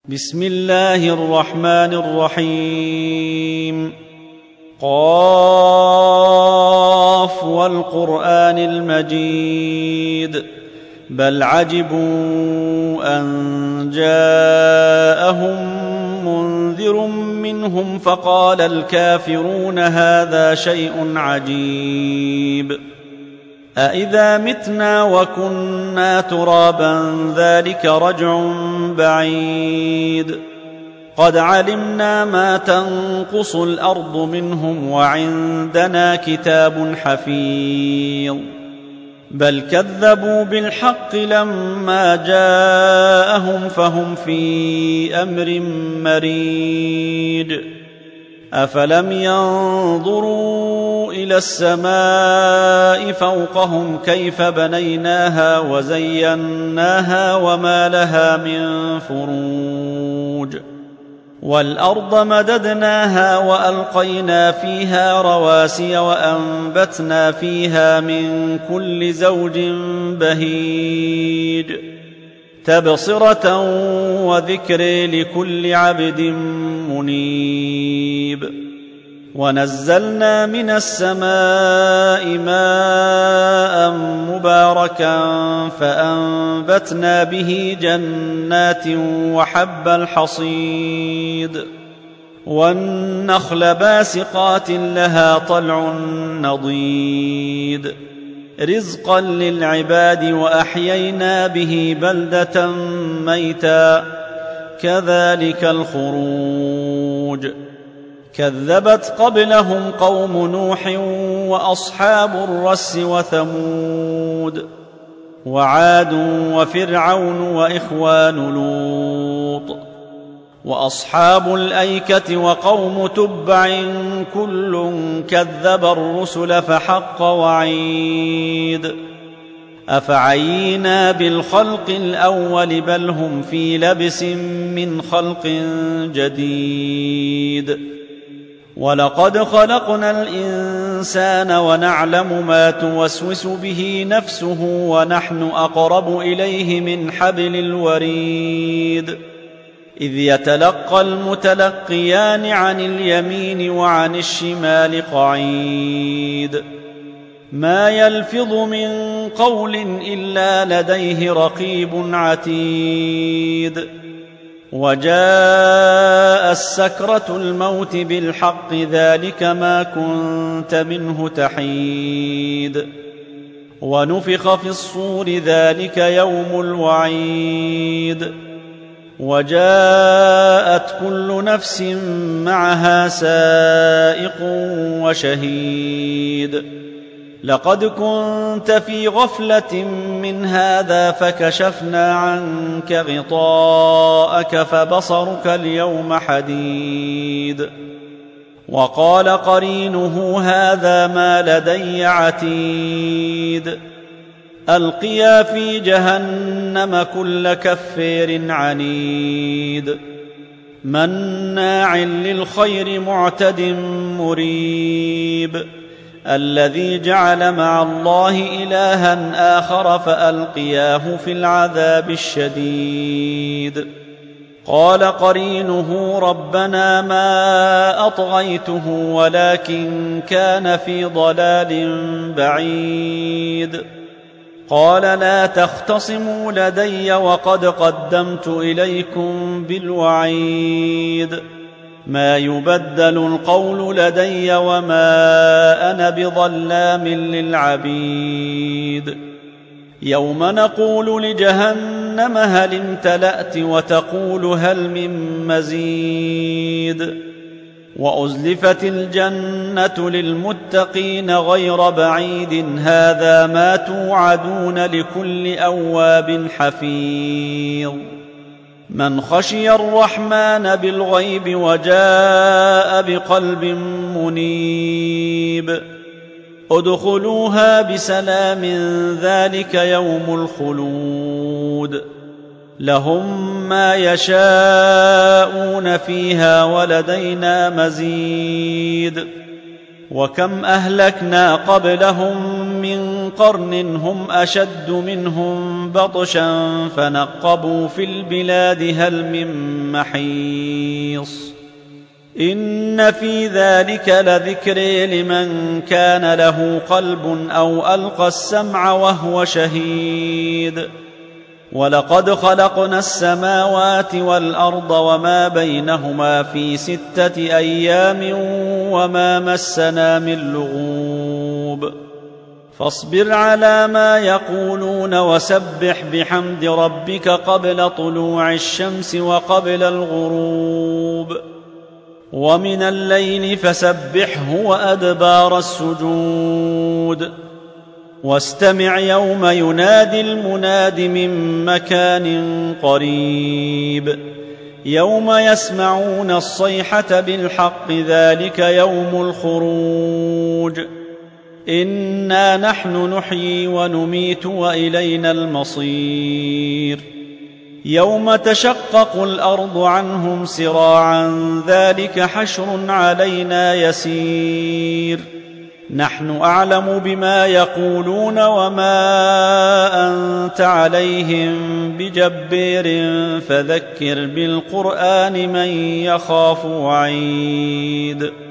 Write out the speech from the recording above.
بسم الله الرحمن الرحيم. قاف والقرآن المجيد بل عجبوا أن جاءهم منذر منهم فقال الكافرون هذا شيء عجيب أإذا متنا وكنا ترابا ذلك رجع بعيد قد علمنا ما تنقص الأرض منهم وعندنا كتاب حفيظ بل كذبوا بالحق لما جاءهم فهم في أمر مريج أفلم ينظروا إلى السماء فوقهم كيف بنيناها وزيناها وما لها من فروج والأرض مددناها وألقينا فيها رواسي وأنبتنا فيها من كل زوج بهيج تبصرة وذكر لكل عبد منيب ونزلنا من السماء ماء مباركا فأنبتنا به جنات وحب الحصيد والنخل باسقات لها طلع نضيد رزقا للعباد وأحيينا به بلدة ميتا كذلك الخروج كذبت قبلهم قوم نوح وأصحاب الرس وثمود وعاد وفرعون وإخوان لوط وأصحاب الأيكة وقوم تبع كل كذب الرسل فحق وعيد أفعينا بالخلق الأول بل هم في لبس من خلق جديد ولقد خلقنا الإنسان ونعلم ما توسوس به نفسه ونحن أقرب إليه من حبل الوريد إذ يتلقى المتلقيان عن اليمين وعن الشمال قعيد ما يلفظ من قول إلا لديه رقيب عتيد وجاء السكرة الموت بالحق ذلك ما كنت منه تحيد ونفخ في الصور ذلك يوم الوعيد وجاءت كل نفس معها سائق وشهيد لقد كنت في غفلة من هذا فكشفنا عنك غطاءك فبصرك اليوم حديد وقال قرينه هذا ما لدي عتيد ألقيا في جهنم كل كفير عنيد مناع للخير معتد مريب الذي جعل مع الله إلها آخر فألقياه في العذاب الشديد قال قرينه ربنا ما أطغيته ولكن كان في ضلال بعيد قال لا تختصموا لدي وقد قدمت إليكم بالوعيد ما يبدل القول لدي وما أنا بظلام للعبيد يوم نقول لجهنم هل امتلأت وتقول هل من مزيد وأزلفت الجنة للمتقين غير بعيد هذا ما توعدون لكل أواب حفيظ من خشي الرحمن بالغيب وجاء بقلب منيب ادخلوها بسلام ذلك يوم الخلود لهم ما يشاءون فيها ولدينا مزيد وكم أهلكنا قبلهم من قرن هم أشد منهم بطشا فنقبوا في البلاد هل من محيص إن في ذلك لذكر لمن كان له قلب أو ألقى السمع وهو شهيد ولقد خلقنا السماوات والأرض وما بينهما في 6 أيام وما مسنا من لغوب فاصبر على ما يقولون وسبح بحمد ربك قبل طلوع الشمس وقبل الغروب ومن الليل فسبحه وأدبار السجود واستمع يوم ينادي المناد من مكان قريب يوم يسمعون الصيحة بالحق ذلك يوم الخروج إنا نحن نحيي ونميت وإلينا المصير يوم تشقق الأرض عنهم سراعا ذلك حشر علينا يسير نحن أعلم بما يقولون وما أنت عليهم بجبير فذكر بالقرآن من يخاف وعيد